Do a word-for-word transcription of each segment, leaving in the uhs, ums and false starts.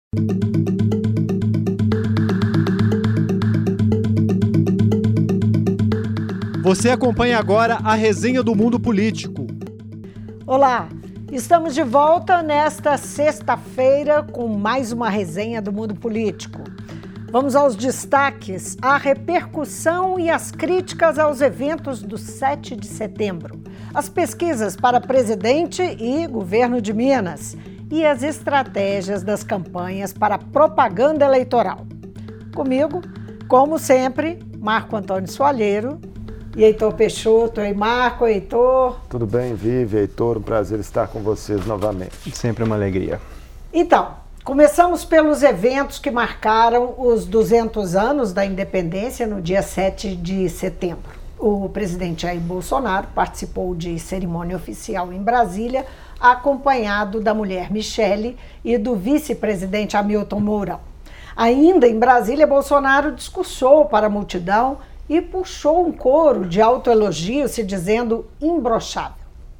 Você acompanha agora a resenha do Mundo Político. Olá, estamos de volta nesta sexta-feira com mais uma resenha do Mundo Político. Vamos aos destaques, a repercussão e as críticas aos eventos do sete de setembro, as pesquisas para presidente e governo de Minas e as estratégias das campanhas para propaganda eleitoral. Comigo, como sempre, Marco Antônio Soalheiro e Heitor Peixoto. Oi, Marco, Heitor. Tudo bem, Vivi, Heitor, um prazer estar com vocês novamente. Sempre uma alegria. Então, começamos pelos eventos que marcaram os duzentos anos da independência no dia sete de setembro. O presidente Jair Bolsonaro participou de cerimônia oficial em Brasília, acompanhado da mulher Michele e do vice-presidente Hamilton Mourão. Ainda em Brasília, Bolsonaro discursou para a multidão e puxou um coro de autoelogio, se dizendo imbrochável.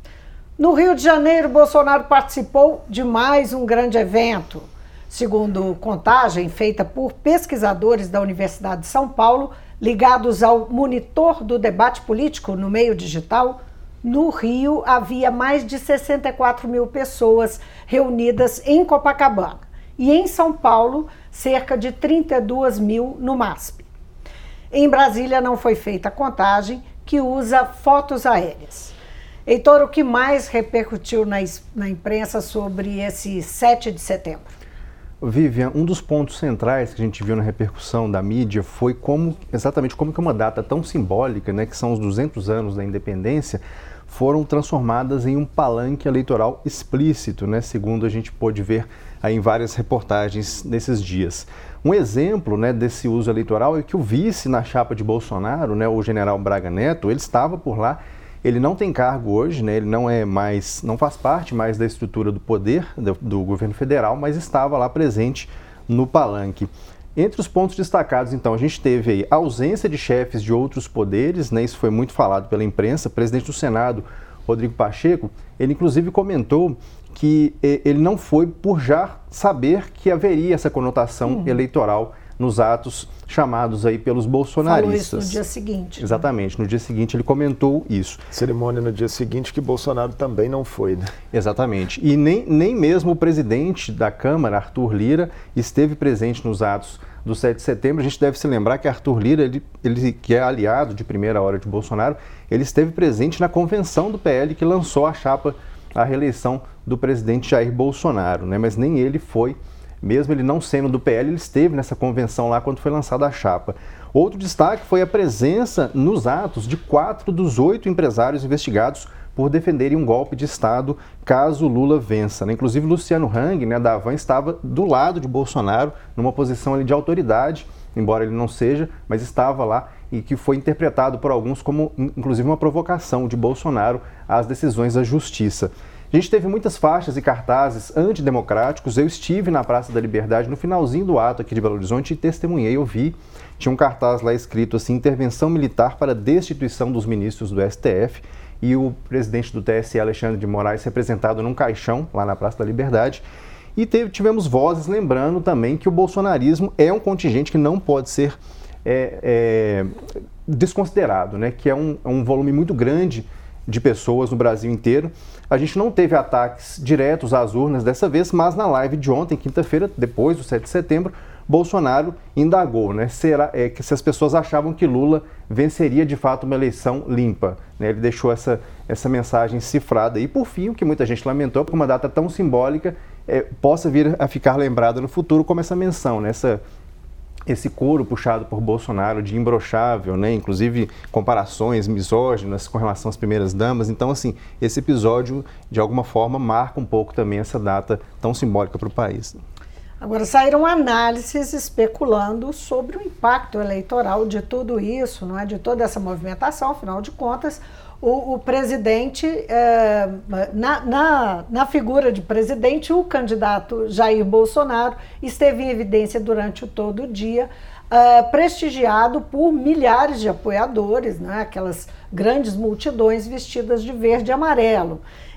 No Rio de Janeiro, Bolsonaro participou de mais um grande evento. Segundo contagem feita por pesquisadores da Universidade de São Paulo, ligados ao monitor do debate político no meio digital, no Rio havia mais de sessenta e quatro mil pessoas reunidas em Copacabana e em São Paulo, cerca de trinta e duas mil no MASP. Em Brasília não foi feita a contagem, que usa fotos aéreas. Heitor, o que mais repercutiu na, na imprensa sobre esse sete de setembro? Vivian, um dos pontos centrais que a gente viu na repercussão da mídia foi como, exatamente como que uma data tão simbólica, né, que são os duzentos anos da independência, foram transformadas em um palanque eleitoral explícito, né, segundo a gente pôde ver aí em várias reportagens nesses dias. Um exemplo, né, desse uso eleitoral é que o vice na chapa de Bolsonaro, né, o general Braga Neto, ele estava por lá. Ele não tem cargo hoje, né, ele não é mais, não faz parte mais da estrutura do poder do, do governo federal, mas estava lá presente no palanque. Entre os pontos destacados, então, a gente teve aí a ausência de chefes de outros poderes, né, isso foi muito falado pela imprensa. O presidente do Senado, Rodrigo Pacheco, ele inclusive comentou que ele não foi por já saber que haveria essa conotação uhum. eleitoral nos atos chamados aí pelos bolsonaristas. Falou isso no dia seguinte. Exatamente, né? No dia seguinte ele comentou isso. Cerimônia no dia seguinte que Bolsonaro também não foi, né? Exatamente, e nem, nem mesmo o presidente da Câmara, Arthur Lira, esteve presente nos atos do sete de setembro. A gente deve se lembrar que Arthur Lira, ele, ele, que é aliado de primeira hora de Bolsonaro, ele esteve presente na convenção do P L que lançou a chapa à reeleição do presidente Jair Bolsonaro, né? Mas nem ele foi. Mesmo ele não sendo do P L, ele esteve nessa convenção lá quando foi lançada a chapa. Outro destaque foi a presença nos atos de quatro dos oito empresários investigados por defenderem um golpe de Estado caso Lula vença, né? Inclusive Luciano Hang, né, da Havan, estava do lado de Bolsonaro, numa posição ali de autoridade, embora ele não seja, mas estava lá, e que foi interpretado por alguns como, inclusive, uma provocação de Bolsonaro às decisões da Justiça. A gente teve muitas faixas e cartazes antidemocráticos. Eu estive na Praça da Liberdade no finalzinho do ato aqui de Belo Horizonte e testemunhei, eu vi. Tinha um cartaz lá escrito assim, intervenção militar para destituição dos ministros do S T F, e o presidente do T S E, Alexandre de Moraes, representado num caixão lá na Praça da Liberdade. E teve, tivemos vozes lembrando também que o bolsonarismo é um contingente que não pode ser é, é, desconsiderado, né? Que é um, é um volume muito grande de pessoas no Brasil inteiro. A gente não teve ataques diretos às urnas dessa vez, mas na live de ontem, quinta-feira, depois do sete de setembro, Bolsonaro indagou, né, será, é, que se as pessoas achavam que Lula venceria de fato uma eleição limpa, né? Ele deixou essa, essa mensagem cifrada. E por fim, o que muita gente lamentou, porque uma data tão simbólica é, possa vir a ficar lembrada no futuro como essa menção, né? Essa, esse coro puxado por Bolsonaro de imbrochável, né? Inclusive comparações misóginas com relação às primeiras damas. Então, assim, esse episódio, de alguma forma, marca um pouco também essa data tão simbólica para o país. Agora, saíram análises especulando sobre o impacto eleitoral de tudo isso, não é? De toda essa movimentação. Afinal de contas, o, o presidente, é, na, na, na figura de presidente, o candidato Jair Bolsonaro esteve em evidência durante todo o dia, é, prestigiado por milhares de apoiadores, né? Aquelas grandes multidões vestidas de verde e amarelo.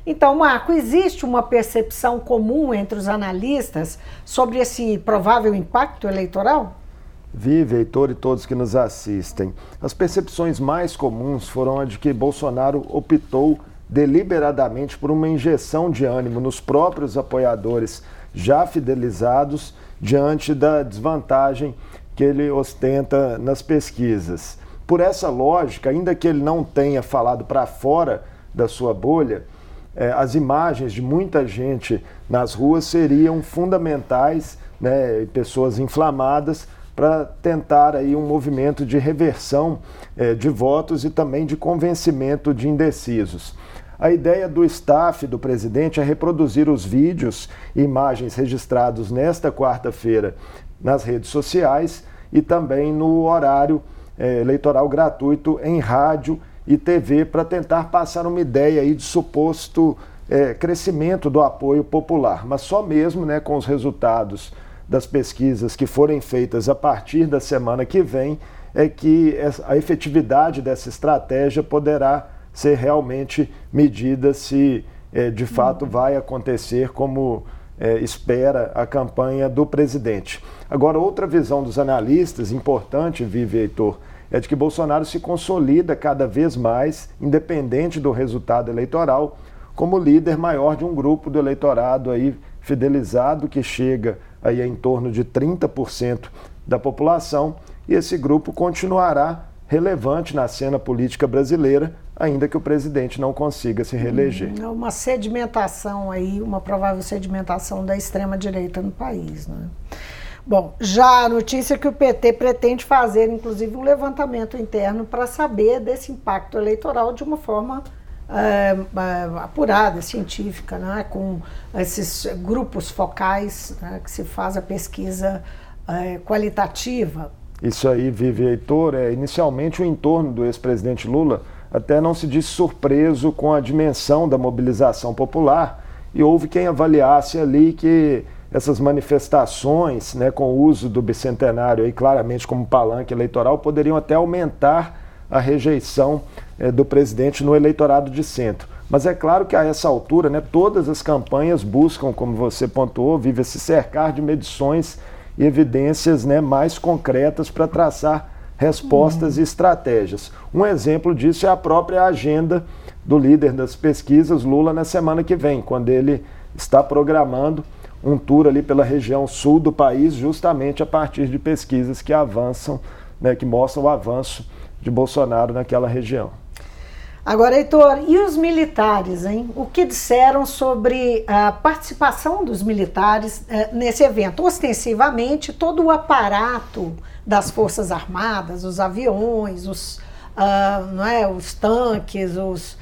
Então, Marco, existe uma percepção comum entre os analistas sobre esse provável impacto eleitoral? Vive, Heitor e todos que nos assistem. As percepções mais comuns foram a de que Bolsonaro optou deliberadamente por uma injeção de ânimo nos próprios apoiadores já fidelizados diante da desvantagem que ele ostenta nas pesquisas. Por essa lógica, ainda que ele não tenha falado para fora da sua bolha, eh, as imagens de muita gente nas ruas seriam fundamentais, né, pessoas inflamadas, para tentar aí um movimento de reversão eh, de votos e também de convencimento de indecisos. A ideia do staff do presidente é reproduzir os vídeos e imagens registrados nesta quarta-feira nas redes sociais e também no horário eh, eleitoral gratuito em rádio e T V para tentar passar uma ideia aí de suposto eh, crescimento do apoio popular, mas só mesmo, né, com os resultados das pesquisas que forem feitas a partir da semana que vem é que a efetividade dessa estratégia poderá ser realmente medida se eh, de fato vai acontecer como eh, espera a campanha do presidente. Agora, outra visão dos analistas, importante, Vive, Heitor, é de que Bolsonaro se consolida cada vez mais, independente do resultado eleitoral, como líder maior de um grupo do eleitorado aí fidelizado que chega aí a em torno de trinta por cento da população, e esse grupo continuará relevante na cena política brasileira, ainda que o presidente não consiga se reeleger. É uma sedimentação aí, uma provável sedimentação da extrema-direita no país, né? Bom, já a notícia é que o P T pretende fazer, inclusive, um levantamento interno para saber desse impacto eleitoral de uma forma É, é, apurada, científica, né, com esses grupos focais, né, que se faz a pesquisa é, qualitativa. Isso aí, Vive, Heitor, é inicialmente o entorno do ex-presidente Lula até não se disse surpreso com a dimensão da mobilização popular e houve quem avaliasse ali que essas manifestações, né, com o uso do bicentenário aí claramente como palanque eleitoral poderiam até aumentar a rejeição eh, do presidente no eleitorado de centro. Mas é claro que a essa altura, né, todas as campanhas buscam, como você pontuou, Vive, se cercar de medições e evidências, né, mais concretas para traçar respostas uhum. e estratégias. Um exemplo disso é a própria agenda do líder das pesquisas, Lula, na semana que vem, quando ele está programando um tour ali pela região sul do país, justamente a partir de pesquisas que avançam, né, que mostram o avanço de Bolsonaro naquela região. Agora, Heitor, e os militares, hein? O que disseram sobre a participação dos militares eh, nesse evento? Ostensivamente, todo o aparato das Forças Armadas, os aviões, os, uh, não é, os tanques, os...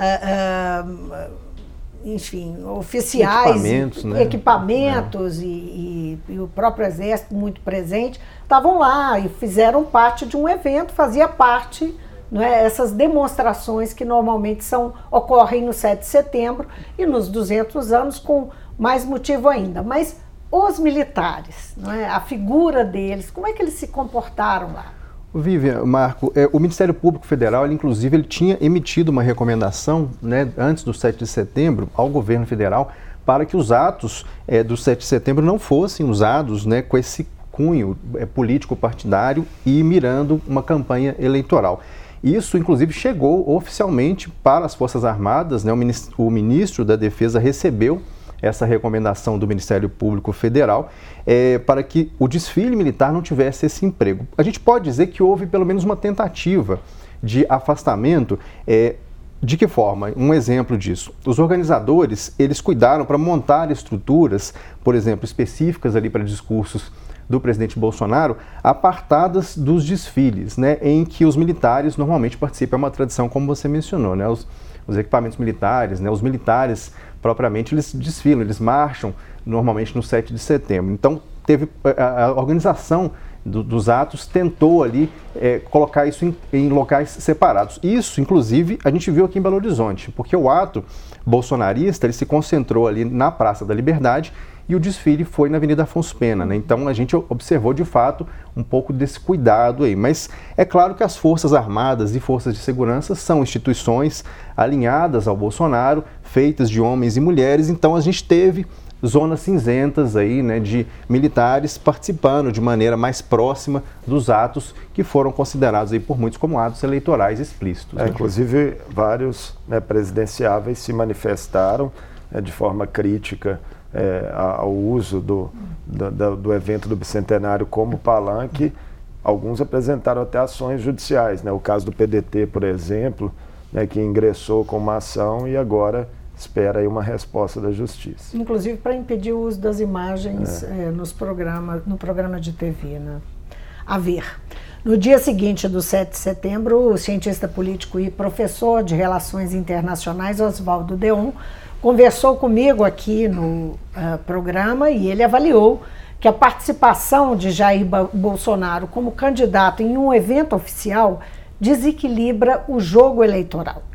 Uh, uh, enfim, oficiais, equipamentos, né? equipamentos é. e, e, e o próprio Exército muito presente, estavam lá e fizeram parte de um evento, fazia parte, não é, essas demonstrações que normalmente são, ocorrem no sete de setembro e nos duzentos anos com mais motivo ainda. Mas os militares, não é, a figura deles, como é que eles se comportaram lá? Vivian, Marco, é, o Ministério Público Federal, ele, inclusive, ele tinha emitido uma recomendação, né, antes do sete de setembro, ao governo federal, para que os atos é, do sete de setembro não fossem usados, né, com esse cunho é, político-partidário e mirando uma campanha eleitoral. Isso, inclusive, chegou oficialmente para as Forças Armadas, né, o, ministro, o ministro da Defesa recebeu essa recomendação do Ministério Público Federal é, para que o desfile militar não tivesse esse emprego. A gente pode dizer que houve pelo menos uma tentativa de afastamento. É, de que forma? Um exemplo disso. Os organizadores, eles cuidaram para montar estruturas, por exemplo, específicas ali para discursos do presidente Bolsonaro, apartadas dos desfiles, né, em que os militares normalmente participam. É uma tradição, como você mencionou, né, os, os equipamentos militares, né, os militares propriamente, eles desfilam, eles marcham normalmente no sete de setembro. Então, teve a, a organização do, dos atos tentou ali é, colocar isso em, em locais separados. Isso, inclusive, a gente viu aqui em Belo Horizonte, porque o ato bolsonarista, ele se concentrou ali na Praça da Liberdade e o desfile foi na Avenida Afonso Pena, né? Então a gente observou de fato um pouco desse cuidado aí, mas é claro que as Forças Armadas e Forças de Segurança são instituições alinhadas ao Bolsonaro, feitas de homens e mulheres, então a gente teve zonas cinzentas aí, né, de militares participando de maneira mais próxima dos atos que foram considerados aí por muitos como atos eleitorais explícitos. É, né? Inclusive, vários, né, presidenciáveis se manifestaram, né, de forma crítica é, ao uso do, do, do evento do Bicentenário como palanque. Alguns apresentaram até ações judiciais, né? O caso do P D T, por exemplo, né, que ingressou com uma ação e agora espera aí uma resposta da Justiça. Inclusive para impedir o uso das imagens é. É, nos programas, no programa de T V, né? A ver. No dia seguinte do sete de setembro, o cientista político e professor de Relações Internacionais, Oswaldo Deon, conversou comigo aqui no uh, programa e ele avaliou que a participação de Jair Bolsonaro como candidato em um evento oficial desequilibra o jogo eleitoral.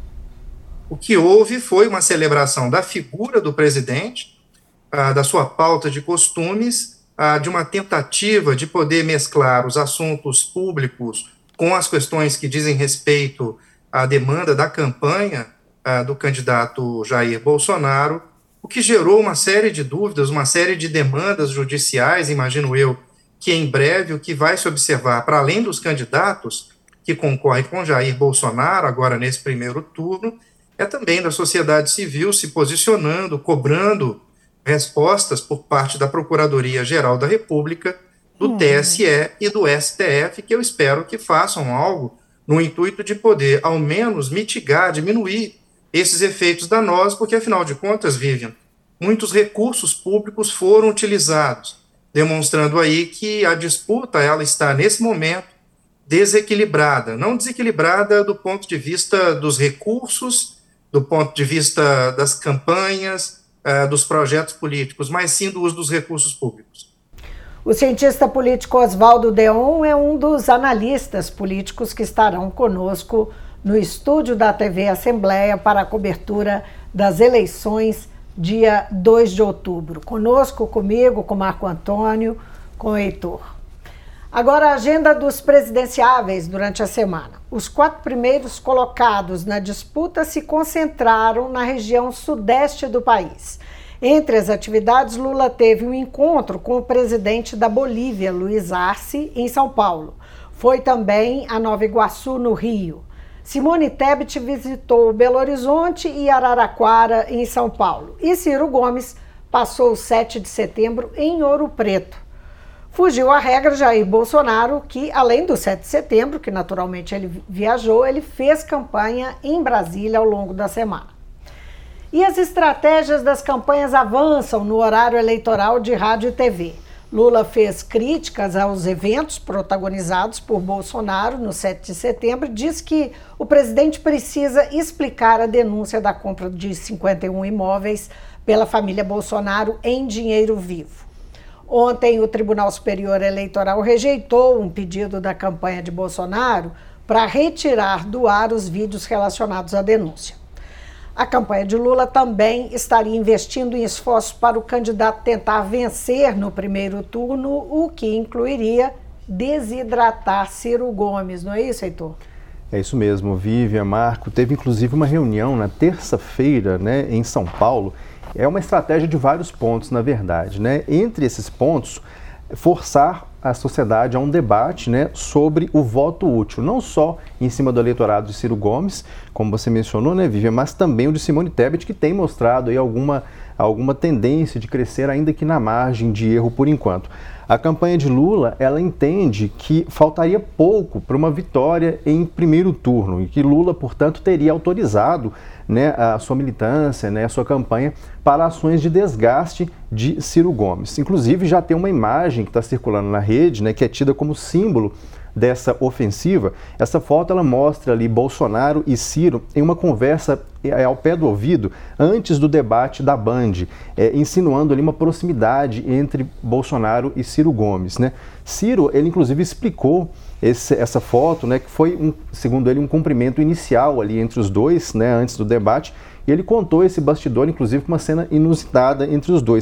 O que houve foi uma celebração da figura do presidente, ah, da sua pauta de costumes, ah, de uma tentativa de poder mesclar os assuntos públicos com as questões que dizem respeito à demanda da campanha ah, do candidato Jair Bolsonaro, o que gerou uma série de dúvidas, uma série de demandas judiciais, imagino eu, que em breve o que vai se observar, para além dos candidatos que concorrem com Jair Bolsonaro, agora nesse primeiro turno, é também da sociedade civil se posicionando, cobrando respostas por parte da Procuradoria-Geral da República, do hum. T S E e do S T F, que eu espero que façam algo no intuito de poder, ao menos, mitigar, diminuir esses efeitos danosos, porque, afinal de contas, Vivian, muitos recursos públicos foram utilizados, demonstrando aí que a disputa ela está, nesse momento, desequilibrada. Não desequilibrada do ponto de vista dos recursos, do ponto de vista das campanhas, uh, dos projetos políticos, mas sim do uso dos recursos públicos. O cientista político Oswaldo Deon é um dos analistas políticos que estarão conosco no estúdio da T V Assembleia para a cobertura das eleições dia dois de outubro. Conosco, comigo, com Marco Antônio, com o Heitor. Agora, a agenda dos presidenciáveis durante a semana. Os quatro primeiros colocados na disputa se concentraram na região sudeste do país. Entre as atividades, Lula teve um encontro com o presidente da Bolívia, Luiz Arce, em São Paulo. Foi também a Nova Iguaçu, no Rio. Simone Tebet visitou Belo Horizonte e Araraquara, em São Paulo. E Ciro Gomes passou o sete de setembro em Ouro Preto. Fugiu à regra Jair Bolsonaro, que além do sete de setembro, que naturalmente ele viajou, ele fez campanha em Brasília ao longo da semana. E as estratégias das campanhas avançam no horário eleitoral de rádio e T V. Lula fez críticas aos eventos protagonizados por Bolsonaro no sete de setembro e diz que o presidente precisa explicar a denúncia da compra de cinquenta e um imóveis pela família Bolsonaro em dinheiro vivo. Ontem, o Tribunal Superior Eleitoral rejeitou um pedido da campanha de Bolsonaro para retirar do ar os vídeos relacionados à denúncia. A campanha de Lula também estaria investindo em esforços para o candidato tentar vencer no primeiro turno, o que incluiria desidratar Ciro Gomes, não é isso, Heitor? É isso mesmo, Vivian, Marco. Teve inclusive uma reunião na terça-feira, né, em São Paulo. É uma estratégia de vários pontos, na verdade, né? Entre esses pontos, forçar a sociedade a um debate, né, sobre o voto útil, não só em cima do eleitorado de Ciro Gomes, como você mencionou, né, Vivian, mas também o de Simone Tebet, que tem mostrado aí alguma, alguma tendência de crescer, ainda que na margem de erro por enquanto. A campanha de Lula, ela entende que faltaria pouco para uma vitória em primeiro turno e que Lula, portanto, teria autorizado, né, a sua militância, né, a sua campanha para ações de desgaste de Ciro Gomes. Inclusive, já tem uma imagem que está circulando na rede, né, que é tida como símbolo dessa ofensiva. Essa foto ela mostra ali Bolsonaro e Ciro em uma conversa é, ao pé do ouvido antes do debate da Band, é, insinuando ali uma proximidade entre Bolsonaro e Ciro Gomes, né? Ciro, ele inclusive explicou esse, essa foto, né, que foi, um, segundo ele, um cumprimento inicial ali entre os dois, né, antes do debate, e ele contou esse bastidor, inclusive, com uma cena inusitada entre os dois, que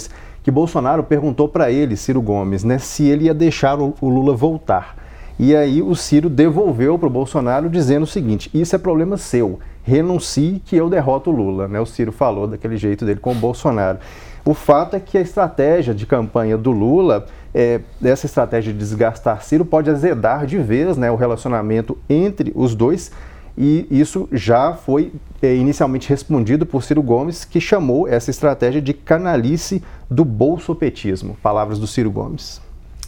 que Bolsonaro perguntou para ele, Ciro Gomes, né, se ele ia deixar o, o Lula voltar. E aí o Ciro devolveu para o Bolsonaro dizendo o seguinte: isso é problema seu, renuncie que eu derroto o Lula. Né? O Ciro falou daquele jeito dele com o Bolsonaro. O fato é que a estratégia de campanha do Lula, é, essa estratégia de desgastar Ciro, pode azedar de vez, né, o relacionamento entre os dois, e isso já foi é, inicialmente respondido por Ciro Gomes, que chamou essa estratégia de canalice do bolsopetismo. Palavras do Ciro Gomes.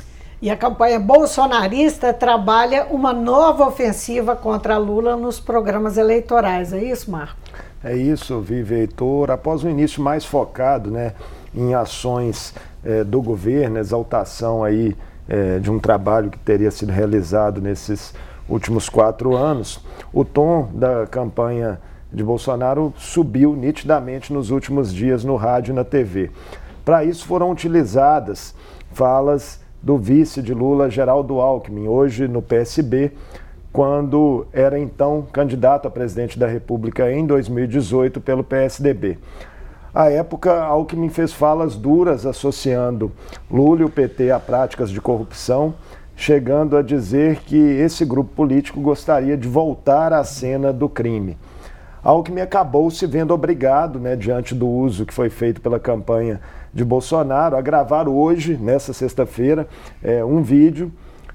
E a campanha bolsonarista trabalha uma nova ofensiva contra Lula nos programas eleitorais, é isso, Marco? É isso, Vivi, Heitor. Após um início mais focado, né, em ações eh, do governo, exaltação aí, eh, de um trabalho que teria sido realizado nesses últimos quatro anos, o tom da campanha de Bolsonaro subiu nitidamente nos últimos dias no rádio e na T V. Para isso foram utilizadas falas do vice de Lula, Geraldo Alckmin, hoje no P S B, quando era então candidato a presidente da República em dois mil e dezoito pelo P S D B. À época, Alckmin fez falas duras associando Lula e o P T a práticas de corrupção, chegando a dizer que esse grupo político gostaria de voltar à cena do crime. Alckmin acabou se vendo obrigado, né, diante do uso que foi feito pela campanha de Bolsonaro, a gravar hoje, nessa sexta-feira, é, um vídeo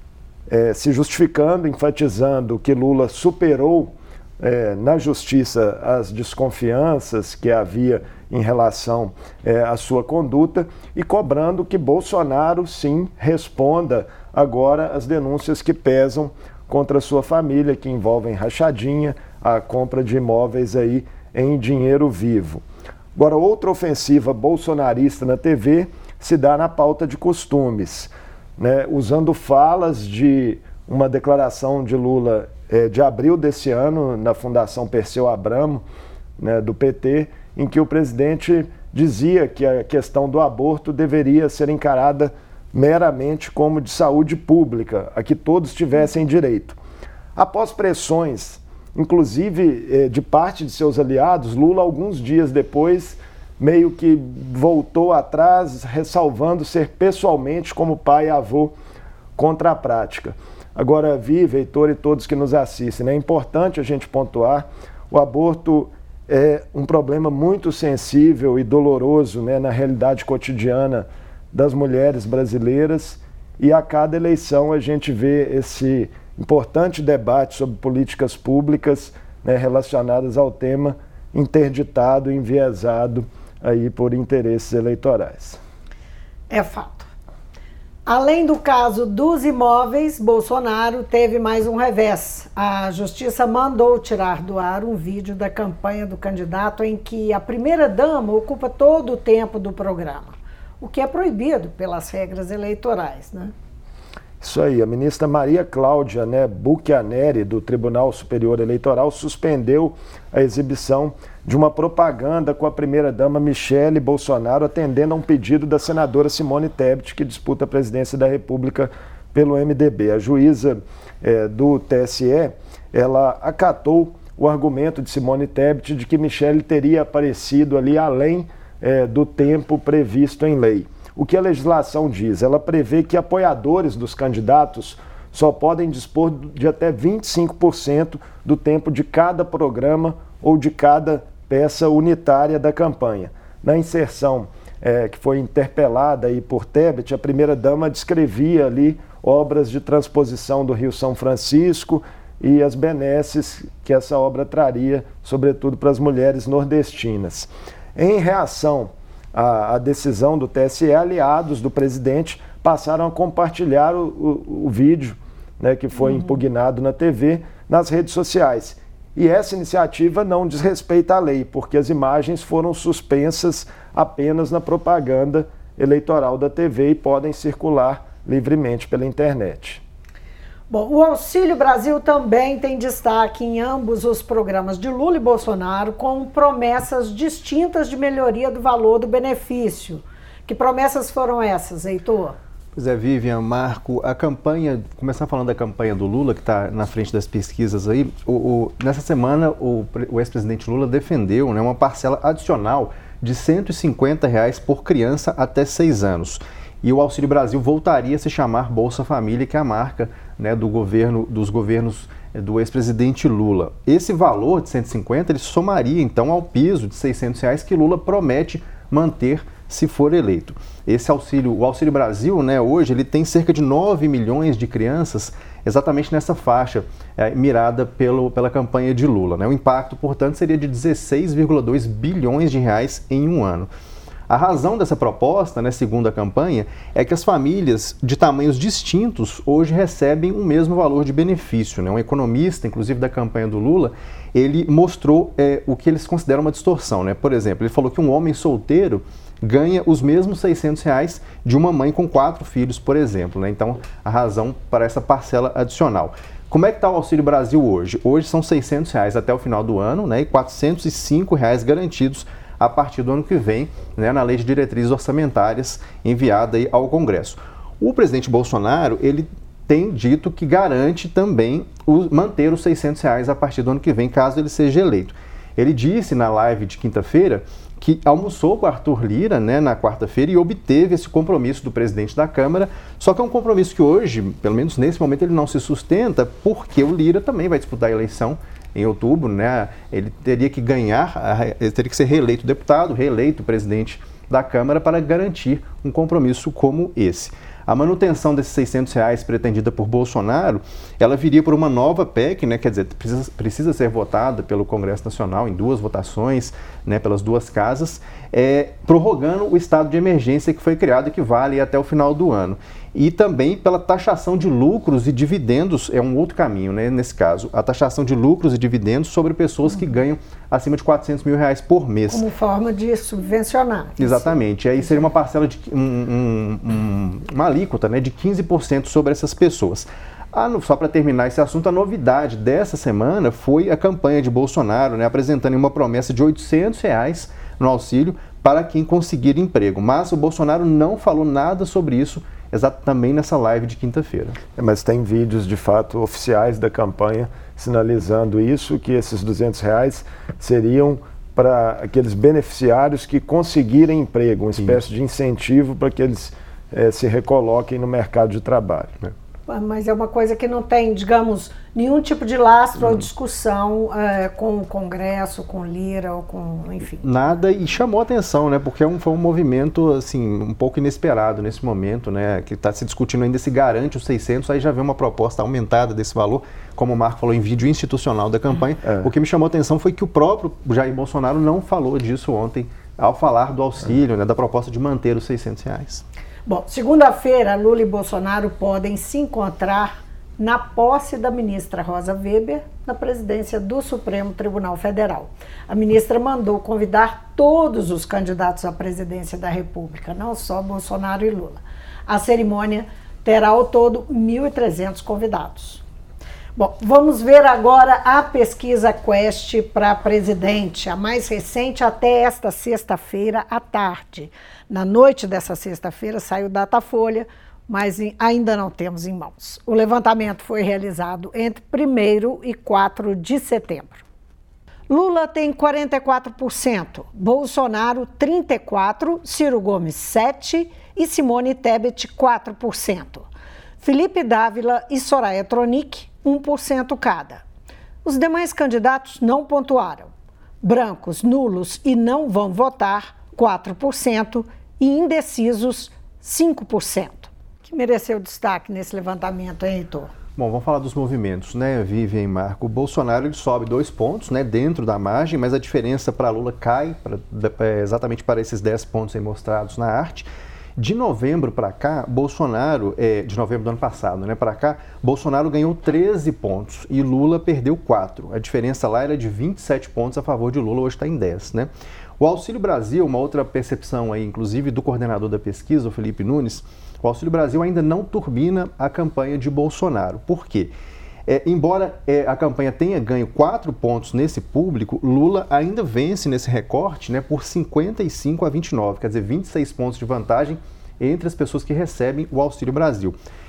é, se justificando, enfatizando que Lula superou é, na justiça as desconfianças que havia em relação é, à sua conduta e cobrando que Bolsonaro, sim, responda agora às denúncias que pesam contra a sua família, que envolvem rachadinha, a compra de imóveis aí em dinheiro vivo. Agora, outra ofensiva bolsonarista na T V se dá na pauta de costumes, né, usando falas de uma declaração de Lula é, de abril desse ano, na Fundação Perseu Abramo, né, do P T, em que o presidente dizia que a questão do aborto deveria ser encarada meramente como de saúde pública, a que todos tivessem direito. Após pressões, inclusive de parte de seus aliados, Lula, alguns dias depois, meio que voltou atrás, ressalvando ser pessoalmente como pai e avô contra a prática. Agora, Vivi, Heitor e todos que nos assistem, né, é importante a gente pontuar, o aborto é um problema muito sensível e doloroso, né, na realidade cotidiana das mulheres brasileiras, e a cada eleição a gente vê esse importante debate sobre políticas públicas, né, relacionadas ao tema, interditado, enviesado aí por interesses eleitorais. É fato. Além do caso dos imóveis, Bolsonaro teve mais um revés. A Justiça mandou tirar do ar um vídeo da campanha do candidato em que a primeira-dama ocupa todo o tempo do programa, o que é proibido pelas regras eleitorais, né? Isso aí, a ministra Maria Cláudia, né, Buchianeri, do Tribunal Superior Eleitoral, suspendeu a exibição de uma propaganda com a primeira-dama Michele Bolsonaro, atendendo a um pedido da senadora Simone Tebet, que disputa a presidência da República pelo M D B. A juíza é, do T S E, ela acatou o argumento de Simone Tebet de que Michele teria aparecido ali além é, do tempo previsto em lei. O que a legislação diz? Ela prevê que apoiadores dos candidatos só podem dispor de até vinte e cinco por cento do tempo de cada programa ou de cada peça unitária da campanha. Na inserção é, que foi interpelada aí por Tebet, a primeira-dama descrevia ali obras de transposição do Rio São Francisco e as benesses que essa obra traria, sobretudo para as mulheres nordestinas. Em reação A, a decisão do T S E, aliados do presidente passaram a compartilhar o, o, o vídeo, né, que foi uhum. impugnado na T V, nas redes sociais. E essa iniciativa não diz respeito à lei, porque as imagens foram suspensas apenas na propaganda eleitoral da T V e podem circular livremente pela internet. Bom, o Auxílio Brasil também tem destaque em ambos os programas de Lula e Bolsonaro, com promessas distintas de melhoria do valor do benefício. Que promessas foram essas, Heitor? Pois é, Vivian, Marco, a campanha, começando falando da campanha do Lula, que está na frente das pesquisas aí, o, o, nessa semana o, o ex-presidente Lula defendeu, né, uma parcela adicional de cento e cinquenta reais por criança até seis anos. E o Auxílio Brasil voltaria a se chamar Bolsa Família, que é a marca, né, do governo, dos governos do ex-presidente Lula. Esse valor de cento e cinquenta, ele somaria então ao piso de seiscentos reais que Lula promete manter se for eleito. Esse auxílio, o Auxílio Brasil, né, hoje, ele tem cerca de nove milhões de crianças exatamente nessa faixa é, mirada pelo, pela campanha de Lula, né? O impacto, portanto, seria de dezesseis vírgula dois bilhões de reais em um ano. A razão dessa proposta, né, segundo a campanha, é que as famílias de tamanhos distintos hoje recebem o mesmo valor de benefício, né? Um economista, inclusive da campanha do Lula, ele mostrou é, o que eles consideram uma distorção, né? Por exemplo, ele falou que um homem solteiro ganha os mesmos seiscentos reais de uma mãe com quatro filhos, por exemplo, né? Então, a razão para essa parcela adicional. Como é que está o Auxílio Brasil hoje? Hoje são seiscentos reais até o final do ano, né? E quatrocentos e cinco reais garantidos a partir do ano que vem, né, na Lei de Diretrizes Orçamentárias enviada aí ao Congresso. O presidente Bolsonaro, ele tem dito que garante também o, manter os seiscentos reais a partir do ano que vem, caso ele seja eleito. Ele disse na live de quinta-feira que almoçou com Arthur Lira, né, na quarta-feira e obteve esse compromisso do presidente da Câmara, só que é um compromisso que hoje, pelo menos nesse momento, ele não se sustenta, porque o Lira também vai disputar a eleição em outubro, né? Ele teria que ganhar, ele teria que ser reeleito deputado, reeleito presidente da Câmara para garantir um compromisso como esse. A manutenção desses seiscentos reais pretendida por Bolsonaro, ela viria por uma nova P E C, né? Quer dizer, precisa, precisa ser votada pelo Congresso Nacional em duas votações, né? Pelas duas casas, é, prorrogando o estado de emergência que foi criado e que vale até o final do ano. E também pela taxação de lucros e dividendos, é um outro caminho, né, nesse caso, a taxação de lucros e dividendos sobre pessoas uhum. que ganham acima de quatrocentos mil reais por mês. Como forma de subvencionar. Exatamente, aí seria uma parcela de um, um, um, uma alíquota, né, de quinze por cento sobre essas pessoas. Ah, só para terminar esse assunto, a novidade dessa semana foi a campanha de Bolsonaro, né, apresentando uma promessa de oitocentos reais no auxílio para quem conseguir emprego. Mas o Bolsonaro não falou nada sobre isso exato também nessa live de quinta-feira. É, mas tem vídeos, de fato, oficiais da campanha sinalizando isso, que esses duzentos reais seriam para aqueles beneficiários que conseguirem emprego, uma espécie Sim. de incentivo para que eles é, se recoloquem no mercado de trabalho. É. Mas é uma coisa que não tem, digamos, nenhum tipo de lastro hum. ou discussão é, com o Congresso, com Lira ou com, enfim. Nada, e chamou atenção, né? Porque é um, foi um movimento, assim, um pouco inesperado nesse momento, né? Que está se discutindo ainda se garante os seiscentos, aí já vem uma proposta aumentada desse valor, como o Marco falou, em vídeo institucional da campanha. É. O que me chamou atenção foi que o próprio Jair Bolsonaro não falou disso ontem, ao falar do auxílio, é. né? Da proposta de manter os seiscentos reais. Bom, segunda-feira, Lula e Bolsonaro podem se encontrar na posse da ministra Rosa Weber na presidência do Supremo Tribunal Federal. A ministra mandou convidar todos os candidatos à presidência da República, não só Bolsonaro e Lula. A cerimônia terá ao todo mil e trezentos convidados. Bom, vamos ver agora a pesquisa Quest para presidente, a mais recente até esta sexta-feira à tarde. Na noite dessa sexta-feira saiu o Datafolha, mas ainda não temos em mãos. O levantamento foi realizado entre primeiro e quatro de setembro. Lula tem quarenta e quatro por cento, Bolsonaro trinta e quatro por cento, Ciro Gomes sete por cento e Simone Tebet quatro por cento. Felipe Dávila e Soraya Tronic, um por cento cada. Os demais candidatos não pontuaram. Brancos, nulos e não vão votar, quatro por cento, e indecisos, cinco por cento. Que mereceu destaque nesse levantamento, hein, Heitor? Bom, vamos falar dos movimentos, né, Vivian e Marco? O Bolsonaro ele sobe dois pontos, né, dentro da margem, mas a diferença para Lula cai pra, exatamente para esses dez pontos aí mostrados na arte. De novembro para cá, Bolsonaro, é, de novembro do ano passado, né, para cá, Bolsonaro ganhou treze pontos e Lula perdeu quatro. A diferença lá era de vinte e sete pontos a favor de Lula, hoje está em dez, né? O Auxílio Brasil, uma outra percepção aí, inclusive do coordenador da pesquisa, o Felipe Nunes, o Auxílio Brasil ainda não turbina a campanha de Bolsonaro. Por quê? É, embora é, a campanha tenha ganho quatro pontos nesse público, Lula ainda vence nesse recorte, né, por cinquenta e cinco a vinte e nove, quer dizer, vinte e seis pontos de vantagem entre as pessoas que recebem o Auxílio Brasil.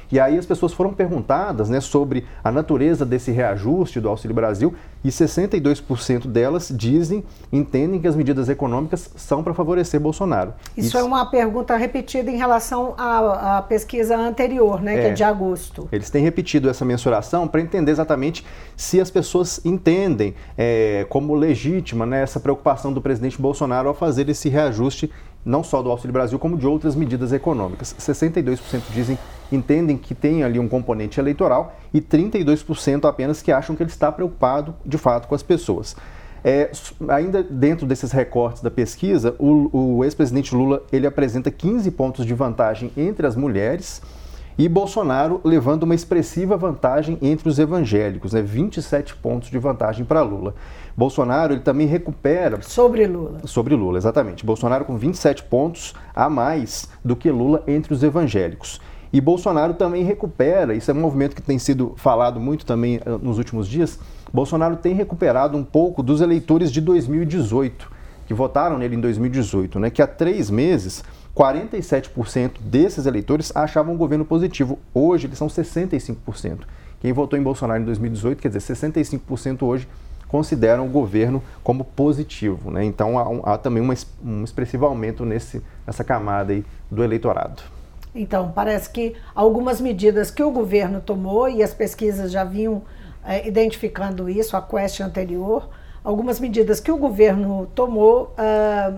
E aí as pessoas foram perguntadas, né, sobre a natureza desse reajuste do Auxílio Brasil e sessenta e dois por cento delas dizem, entendem que as medidas econômicas são para favorecer Bolsonaro. Isso, Isso é uma pergunta repetida em relação à, à pesquisa anterior, né, é, que é de agosto. Eles têm repetido essa mensuração para entender exatamente se as pessoas entendem é, como legítima, né, essa preocupação do presidente Bolsonaro ao fazer esse reajuste não só do Auxílio Brasil, como de outras medidas econômicas. sessenta e dois por cento dizem, entendem que tem ali um componente eleitoral e trinta e dois por cento apenas que acham que ele está preocupado, de fato, com as pessoas. É, ainda dentro desses recortes da pesquisa, o, o ex-presidente Lula ele apresenta quinze pontos de vantagem entre as mulheres e Bolsonaro levando uma expressiva vantagem entre os evangélicos, né? vinte e sete pontos de vantagem para Lula. Bolsonaro ele também recupera... Sobre Lula. Sobre Lula, exatamente. Bolsonaro com vinte e sete pontos a mais do que Lula entre os evangélicos. E Bolsonaro também recupera, isso é um movimento que tem sido falado muito também nos últimos dias, Bolsonaro tem recuperado um pouco dos eleitores de dois mil e dezoito, que votaram nele em dois mil e dezoito, né? Que há três meses, quarenta e sete por cento desses eleitores achavam o governo positivo. Hoje eles são sessenta e cinco por cento. Quem votou em Bolsonaro em dois mil e dezoito, quer dizer, sessenta e cinco por cento hoje consideram o governo como positivo, né? Então há, um, há também uma, um expressivo aumento nesse, nessa camada aí do eleitorado. Então, parece que algumas medidas que o governo tomou, e as pesquisas já vinham é, identificando isso, a Quest anterior, algumas medidas que o governo tomou, ah,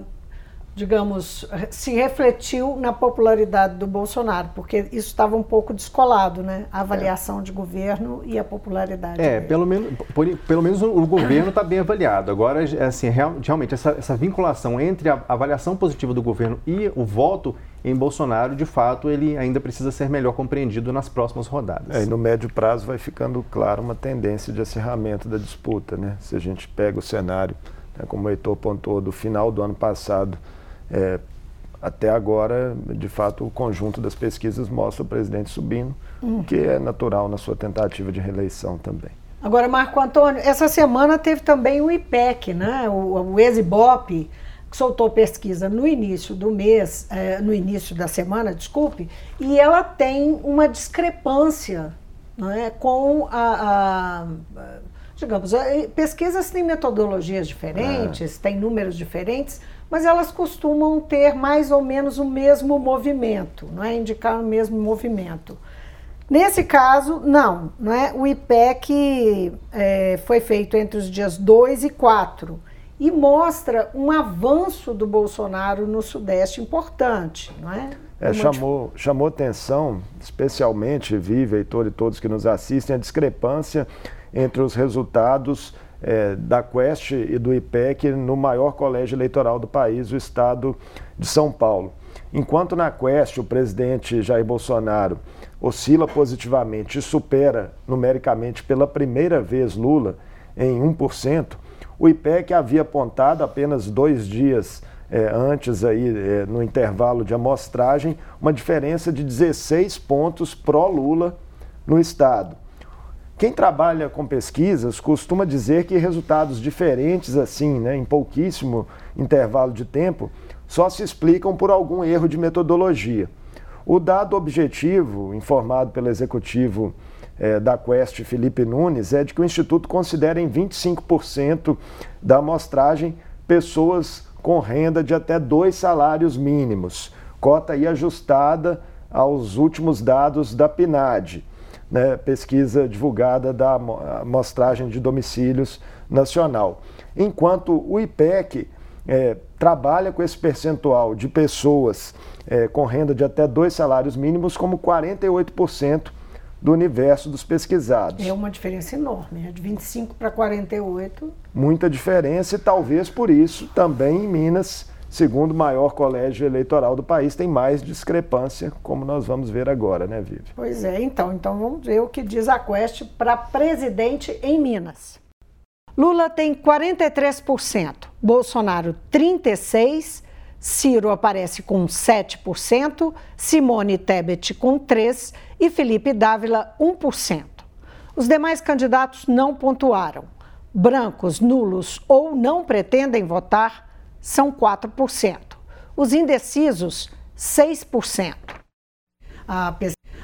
digamos, se refletiu na popularidade do Bolsonaro, porque isso estava um pouco descolado, né? A avaliação é. de governo e a popularidade. É, dele. pelo menos, por, pelo menos o governo está bem avaliado. Agora, assim, real, realmente, essa, essa vinculação entre a avaliação positiva do governo e o voto em Bolsonaro, de fato, ele ainda precisa ser melhor compreendido nas próximas rodadas. É, e no médio prazo vai ficando claro uma tendência de acirramento da disputa, né? Se a gente pega o cenário, né, como o Heitor pontuou, do final do ano passado, É, até agora, de fato, o conjunto das pesquisas mostra o presidente subindo, hum. que é natural na sua tentativa de reeleição também. Agora, Marco Antônio, essa semana teve também o I P E C, né? o, o ex-Ibope, que soltou pesquisa no início do mês, é, no início da semana, desculpe, e ela tem uma discrepância, não é, com a... a digamos, pesquisas têm metodologias diferentes, é. têm números diferentes, mas elas costumam ter mais ou menos o mesmo movimento, não é? Indicar o mesmo movimento. Nesse caso, não, não é? O I P E C é, foi feito entre os dias dois e quatro e mostra um avanço do Bolsonaro no Sudeste importante, não é? É, chamou, chamou atenção, especialmente, Vivi, Heitor e todos que nos assistem, a discrepância entre os resultados É, da Quest e do I P E C no maior colégio eleitoral do país, o estado de São Paulo. Enquanto na Quest o presidente Jair Bolsonaro oscila positivamente e supera numericamente pela primeira vez Lula em um por cento, o I P E C havia apontado apenas dois dias é, antes, aí, é, no intervalo de amostragem, uma diferença de dezesseis pontos pró-Lula no estado. Quem trabalha com pesquisas costuma dizer que resultados diferentes assim, né, em pouquíssimo intervalo de tempo, só se explicam por algum erro de metodologia. O dado objetivo, informado pelo executivo eh, da Quest, Felipe Nunes, é de que o Instituto considera em vinte e cinco por cento da amostragem pessoas com renda de até dois salários mínimos, cota aí ajustada aos últimos dados da PNAD. Né, pesquisa divulgada da amostragem de domicílios nacional. Enquanto o I P E C é, trabalha com esse percentual de pessoas é, com renda de até dois salários mínimos como quarenta e oito por cento do universo dos pesquisados. É uma diferença enorme, é de vinte e cinco para quarenta e oito. Muita diferença e talvez por isso também em Minas, segundo o maior colégio eleitoral do país, tem mais discrepância, como nós vamos ver agora, né, Vivi? Pois é, então, então vamos ver o que diz a Quest para presidente em Minas. Lula tem quarenta e três por cento, Bolsonaro trinta e seis por cento, Ciro aparece com sete por cento, Simone Tebet com três por cento e Felipe Dávila um por cento. Os demais candidatos não pontuaram. Brancos, nulos ou não pretendem votar são quatro por cento. Os indecisos, seis por cento. A, pes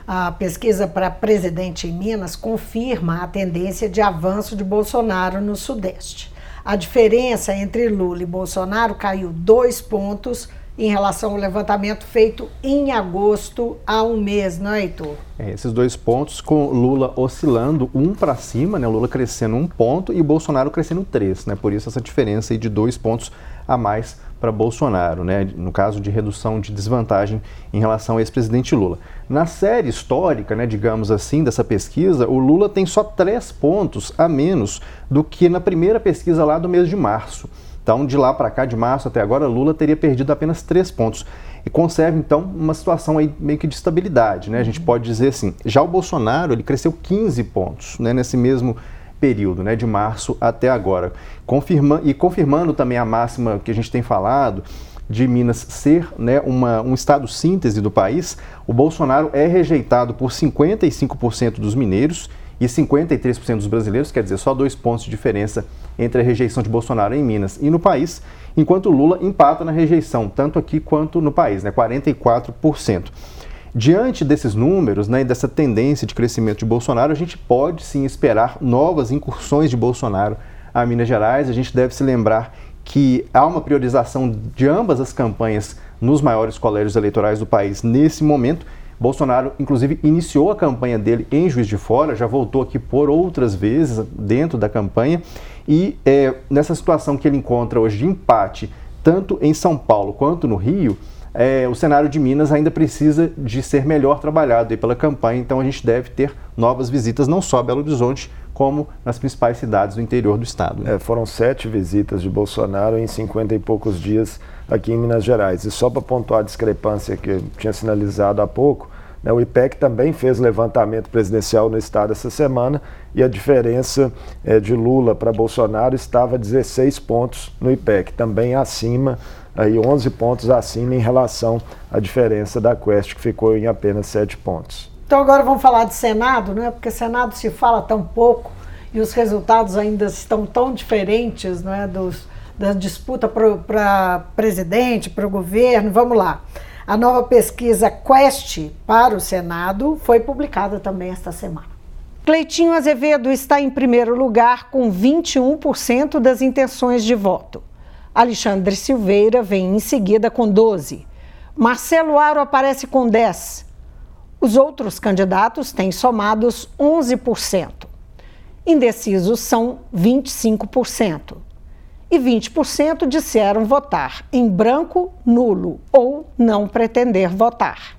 A pesquisa para presidente em Minas confirma a tendência de avanço de Bolsonaro no Sudeste. A diferença entre Lula e Bolsonaro caiu dois pontos em relação ao levantamento feito em agosto há um mês, não é, Heitor? É, esses dois pontos, com Lula oscilando um para cima, né? O Lula crescendo um ponto e Bolsonaro crescendo três, né? Por isso essa diferença aí de dois pontos a mais para Bolsonaro, né? No caso de redução de desvantagem em relação ao ex-presidente Lula. Na série histórica, né, digamos assim, dessa pesquisa, o Lula tem só três pontos a menos do que na primeira pesquisa lá do mês de março. Então, de lá para cá, de março até agora, Lula teria perdido apenas três pontos. E conserva, então, uma situação aí meio que de estabilidade, né? A gente pode dizer assim. Já o Bolsonaro, ele cresceu quinze pontos, né, nesse mesmo período, né, de março até agora. Confirma, e confirmando também a máxima que a gente tem falado, de Minas ser, né, uma, um estado síntese do país, o Bolsonaro é rejeitado por cinquenta e cinco por cento dos mineiros e cinquenta e três por cento dos brasileiros, quer dizer, só dois pontos de diferença entre a rejeição de Bolsonaro em Minas e no país, enquanto Lula empata na rejeição, tanto aqui quanto no país, né, quarenta e quatro por cento. Diante desses números, né, e dessa tendência de crescimento de Bolsonaro, a gente pode sim esperar novas incursões de Bolsonaro a Minas Gerais. A gente deve se lembrar que há uma priorização de ambas as campanhas nos maiores colégios eleitorais do país nesse momento. Bolsonaro, inclusive, iniciou a campanha dele em Juiz de Fora, já voltou aqui por outras vezes dentro da campanha e é, nessa situação que ele encontra hoje de empate, tanto em São Paulo quanto no Rio, é, o cenário de Minas ainda precisa de ser melhor trabalhado aí pela campanha, então a gente deve ter novas visitas, não só a Belo Horizonte, como nas principais cidades do interior do estado. Né? É, foram sete visitas de Bolsonaro em cinquenta e poucos dias aqui em Minas Gerais. E só para pontuar a discrepância que eu tinha sinalizado há pouco, né, o I P E C também fez levantamento presidencial no estado essa semana e a diferença é, de Lula para Bolsonaro estava dezesseis pontos no I P E C, também acima, aí onze pontos acima em relação à diferença da Quest, que ficou em apenas sete pontos. Então agora vamos falar de Senado, não é? Porque Senado se fala tão pouco e os resultados ainda estão tão diferentes, não é? Dos, da disputa para presidente, para o governo. Vamos lá. A nova pesquisa Quest para o Senado foi publicada também esta semana. Cleitinho Azevedo está em primeiro lugar com vinte e um por cento das intenções de voto. Alexandre Silveira vem em seguida com doze por cento. Marcelo Aro aparece com dez por cento. Os outros candidatos têm somados onze por cento. Indecisos são vinte e cinco por cento. E vinte por cento disseram votar em branco, nulo ou não pretender votar.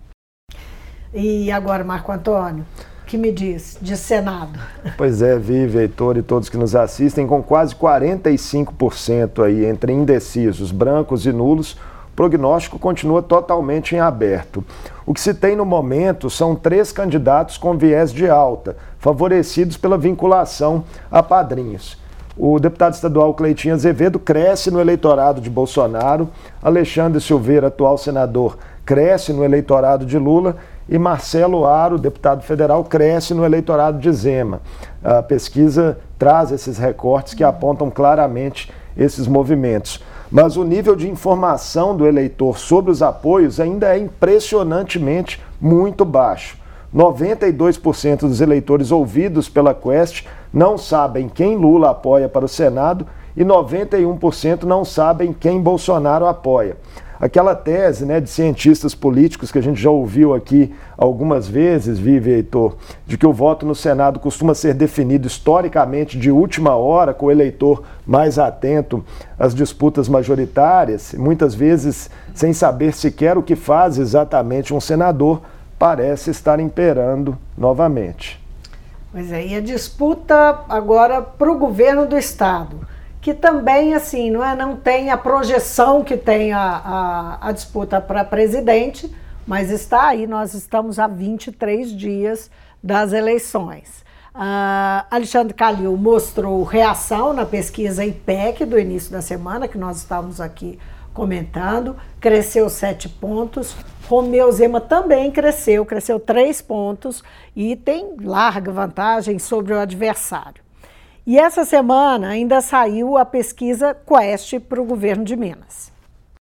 E agora, Marco Antônio, o que me diz de Senado? Pois é, Vivi, Heitor e todos que nos assistem, com quase quarenta e cinco por cento aí entre indecisos, brancos e nulos, o prognóstico continua totalmente em aberto. O que se tem no momento são três candidatos com viés de alta, favorecidos pela vinculação a padrinhos. O deputado estadual Cleitinho Azevedo cresce no eleitorado de Bolsonaro, Alexandre Silveira, atual senador, cresce no eleitorado de Lula e Marcelo Aro, deputado federal, cresce no eleitorado de Zema. A pesquisa traz esses recortes que apontam claramente esses movimentos. Mas o nível de informação do eleitor sobre os apoios ainda é impressionantemente muito baixo. noventa e dois por cento dos eleitores ouvidos pela Quest não sabem quem Lula apoia para o Senado e noventa e um por cento não sabem quem Bolsonaro apoia. Aquela tese, né, de cientistas políticos que a gente já ouviu aqui algumas vezes, Vivi e Heitor, de que o voto no Senado costuma ser definido historicamente de última hora, com o eleitor mais atento às disputas majoritárias, muitas vezes sem saber sequer o que faz exatamente um senador, parece estar imperando novamente. Pois é, e a disputa agora para o governo do estado, que também, assim, não, é, não tem a projeção que tem a, a, a disputa para presidente, mas está aí, nós estamos há vinte e três dias das eleições. Uh, Alexandre Calil mostrou reação na pesquisa I P E C do início da semana, que nós estávamos aqui comentando, cresceu sete pontos. Romeu Zema também cresceu, cresceu três pontos e tem larga vantagem sobre o adversário. E essa semana ainda saiu a pesquisa Quest para o governo de Minas.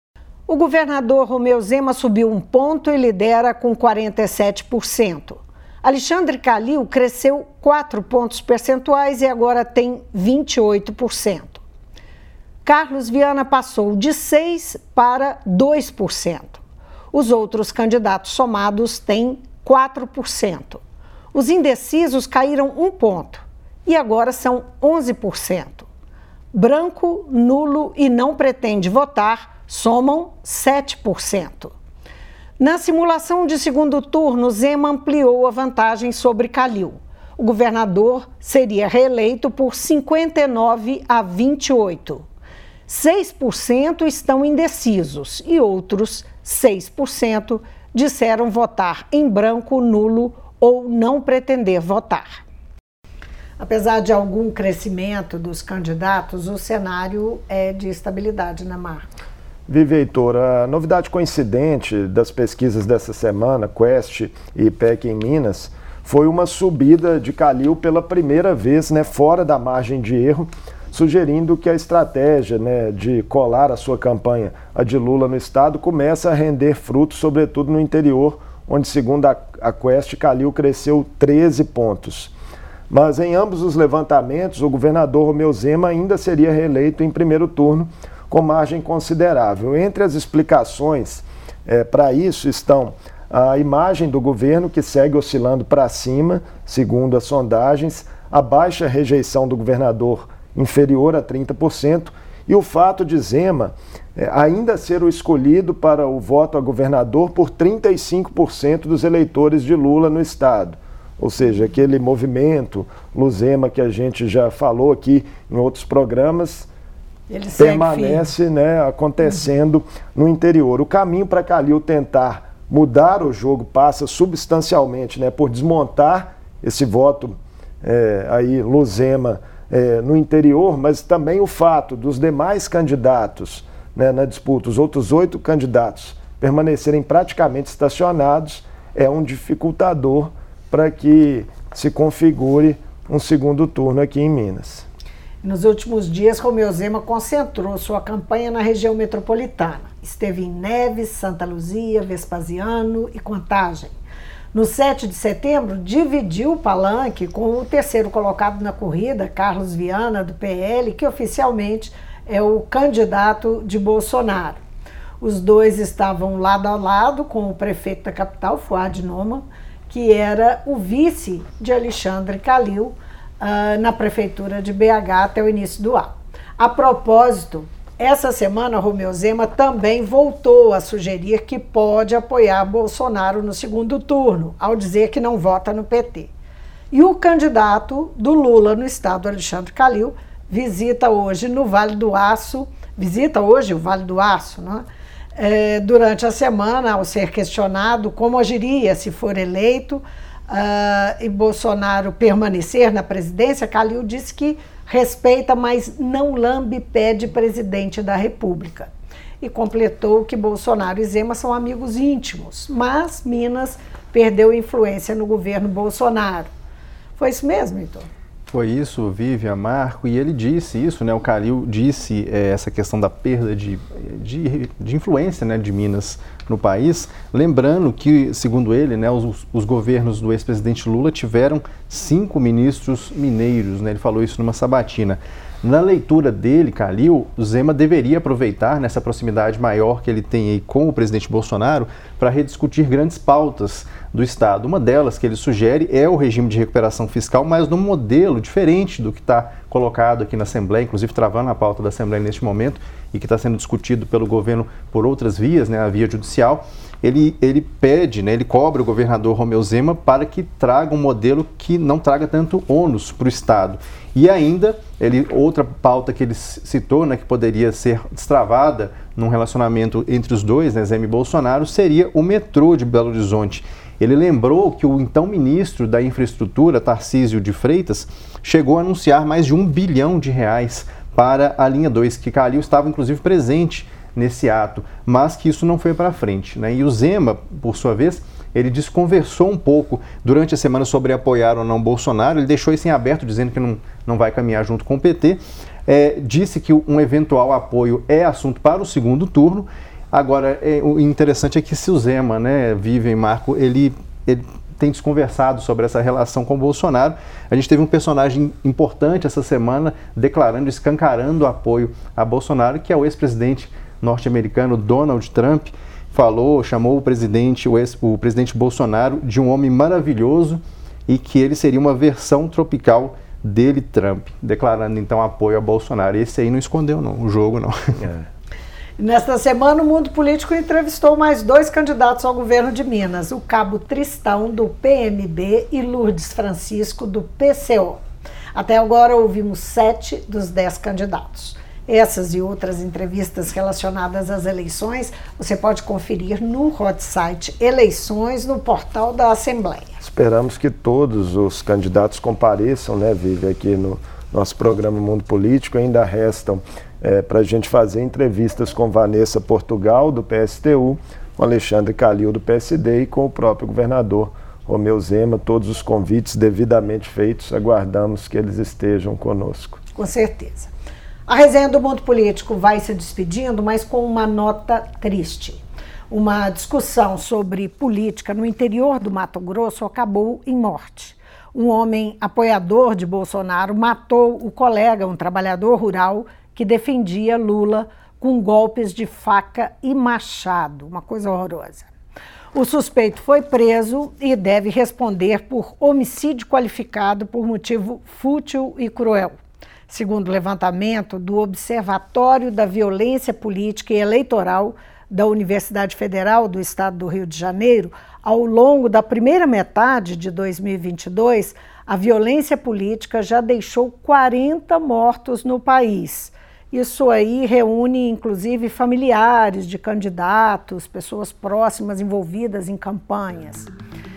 O governador Romeu Zema subiu um ponto e lidera com quarenta e sete por cento. Alexandre Calil cresceu quatro pontos percentuais e agora tem vinte e oito por cento. Carlos Viana passou de seis por cento para dois por cento. Os outros candidatos somados têm quatro por cento. Os indecisos caíram um ponto e agora são onze por cento. Branco, nulo e não pretende votar somam sete por cento. Na simulação de segundo turno, Zema ampliou a vantagem sobre Calil. O governador seria reeleito por cinquenta e nove a vinte e oito. seis por cento estão indecisos e outros seis por cento disseram votar em branco, nulo ou não pretender votar. Apesar de algum crescimento dos candidatos, o cenário é de estabilidade, né, Marco? Vive, Heitor, a novidade coincidente das pesquisas dessa semana, Quest e I P E C em Minas, foi uma subida de Calil pela primeira vez, né, fora da margem de erro, sugerindo que a estratégia, né, de colar a sua campanha, a de Lula no estado, começa a render frutos, sobretudo no interior, onde, segundo a, a Quest, Calil cresceu treze pontos. Mas em ambos os levantamentos, o governador Romeu Zema ainda seria reeleito em primeiro turno, com margem considerável. Entre as explicações é, para isso estão a imagem do governo, que segue oscilando para cima, segundo as sondagens, a baixa rejeição do governador inferior a trinta por cento, e o fato de Zema é, ainda ser o escolhido para o voto a governador por trinta e cinco por cento dos eleitores de Lula no estado. Ou seja, aquele movimento Luzema que a gente já falou aqui em outros programas, ele permanece, né, acontecendo uhum. no interior. O caminho para Calil tentar mudar o jogo passa substancialmente, né, por desmontar esse voto é, aí Luzema é, no interior, mas também o fato dos demais candidatos, né, na disputa, os outros oito candidatos permanecerem praticamente estacionados, é um dificultador para que se configure um segundo turno aqui em Minas. Nos últimos dias, Romeu Zema concentrou sua campanha na região metropolitana. Esteve em Neves, Santa Luzia, Vespasiano e Contagem. No sete de setembro, dividiu o palanque com o terceiro colocado na corrida, Carlos Viana, do P L, que oficialmente é o candidato de Bolsonaro. Os dois estavam lado a lado com o prefeito da capital, Fuad Noman, que era o vice de Alexandre Calil, Uh, na prefeitura de B H até o início do ano. A propósito, essa semana Romeu Zema também voltou a sugerir que pode apoiar Bolsonaro no segundo turno, ao dizer que não vota no P T. E o candidato do Lula no estado, Alexandre Calil, visita hoje no Vale do Aço, visita hoje o Vale do Aço, né? É, durante a semana, ao ser questionado como agiria se for eleito, Uh, e Bolsonaro permanecer na presidência, Calil disse que respeita, mas não lambe pé de presidente da República. E completou que Bolsonaro e Zema são amigos íntimos, mas Minas perdeu influência no governo Bolsonaro. Foi isso mesmo, então? Foi isso, Vivian, Marco, e ele disse isso, né? O Calil disse é, essa questão da perda de, de, de influência, né, de Minas no país, lembrando que, segundo ele, né, os, os governos do ex-presidente Lula tiveram cinco ministros mineiros, né? Ele falou isso numa sabatina. Na leitura dele, Calil, o Zema deveria aproveitar nessa proximidade maior que ele tem aí com o presidente Bolsonaro para rediscutir grandes pautas do Estado. Uma delas que ele sugere é o regime de recuperação fiscal, mas num modelo diferente do que está colocado aqui na Assembleia, inclusive travando a pauta da Assembleia neste momento e que está sendo discutido pelo governo por outras vias, né, a via judicial. Ele, ele pede, né, ele cobra o governador Romeu Zema para que traga um modelo que não traga tanto ônus para o Estado. E ainda, ele, outra pauta que ele citou, né, que poderia ser destravada num relacionamento entre os dois, né, Zema e Bolsonaro, seria o metrô de Belo Horizonte. Ele lembrou que o então ministro da Infraestrutura, Tarcísio de Freitas, chegou a anunciar mais de um bilhão de reais para a linha dois, que Calil estava inclusive presente nesse ato, mas que isso não foi para frente, né? E o Zema, por sua vez, ele desconversou um pouco durante a semana sobre apoiar ou não Bolsonaro. Ele deixou isso em aberto, dizendo que não, não vai caminhar junto com o P T. É, disse que um eventual apoio é assunto para o segundo turno. Agora, é, o interessante é que se o Zema, né, Vivian e Marco, ele, ele tem desconversado sobre essa relação com o Bolsonaro. A gente teve um personagem importante essa semana declarando, escancarando o apoio a Bolsonaro, que é o ex-presidente norte-americano Donald Trump. Falou, chamou o presidente, o, ex, o presidente Bolsonaro de um homem maravilhoso e que ele seria uma versão tropical dele, Trump, declarando então apoio a Bolsonaro. Esse aí não escondeu não, o jogo não. É. Nesta semana, o Mundo Político entrevistou mais dois candidatos ao governo de Minas, o Cabo Tristão, do P M B, e Lourdes Francisco, do P C O. Até agora, ouvimos sete dos dez candidatos. Essas e outras entrevistas relacionadas às eleições, você pode conferir no hot site Eleições, no portal da Assembleia. Esperamos que todos os candidatos compareçam, né, Vivi, aqui no nosso programa Mundo Político. Ainda restam é, para a gente fazer entrevistas com Vanessa Portugal, do P S T U, com Alexandre Calil, do P S D, e com o próprio governador Romeu Zema. Todos os convites devidamente feitos, aguardamos que eles estejam conosco. Com certeza. A resenha do Mundo Político vai se despedindo, mas com uma nota triste. Uma discussão sobre política no interior do Mato Grosso acabou em morte. Um homem apoiador de Bolsonaro matou o colega, um trabalhador rural, que defendia Lula com golpes de faca e machado, uma coisa horrorosa. O suspeito foi preso e deve responder por homicídio qualificado por motivo fútil e cruel. Segundo o levantamento do Observatório da Violência Política e Eleitoral da Universidade Federal do Estado do Rio de Janeiro, ao longo da primeira metade de dois mil e vinte e dois, a violência política já deixou quarenta mortos no país. Isso aí reúne, inclusive, familiares de candidatos, pessoas próximas envolvidas em campanhas.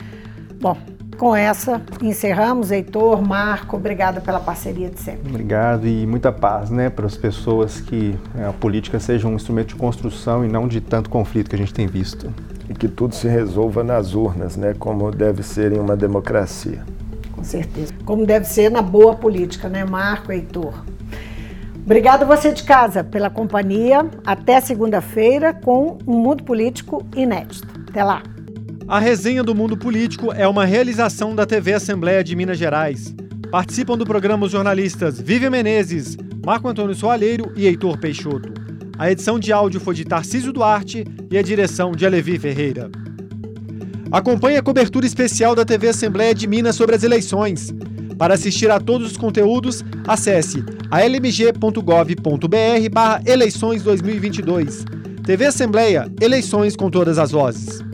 Bom, com essa, encerramos. Heitor, Marco, obrigada pela parceria de sempre. Obrigado e muita paz, né, para as pessoas, que a política seja um instrumento de construção e não de tanto conflito que a gente tem visto. E que tudo se resolva nas urnas, né, como deve ser em uma democracia. Com certeza. Como deve ser na boa política, né, Marco, Heitor? Obrigado você de casa pela companhia. Até segunda-feira com um Mundo Político inédito. Até lá. A resenha do Mundo Político é uma realização da T V Assembleia de Minas Gerais. Participam do programa os jornalistas Vivian Menezes, Marco Antônio Soalheiro e Heitor Peixoto. A edição de áudio foi de Tarcísio Duarte e a direção de Alevi Ferreira. Acompanhe a cobertura especial da T V Assembleia de Minas sobre as eleições. Para assistir a todos os conteúdos, acesse a l m g ponto gov ponto b r barra eleições dois mil e vinte e dois. T V Assembleia, eleições com todas as vozes.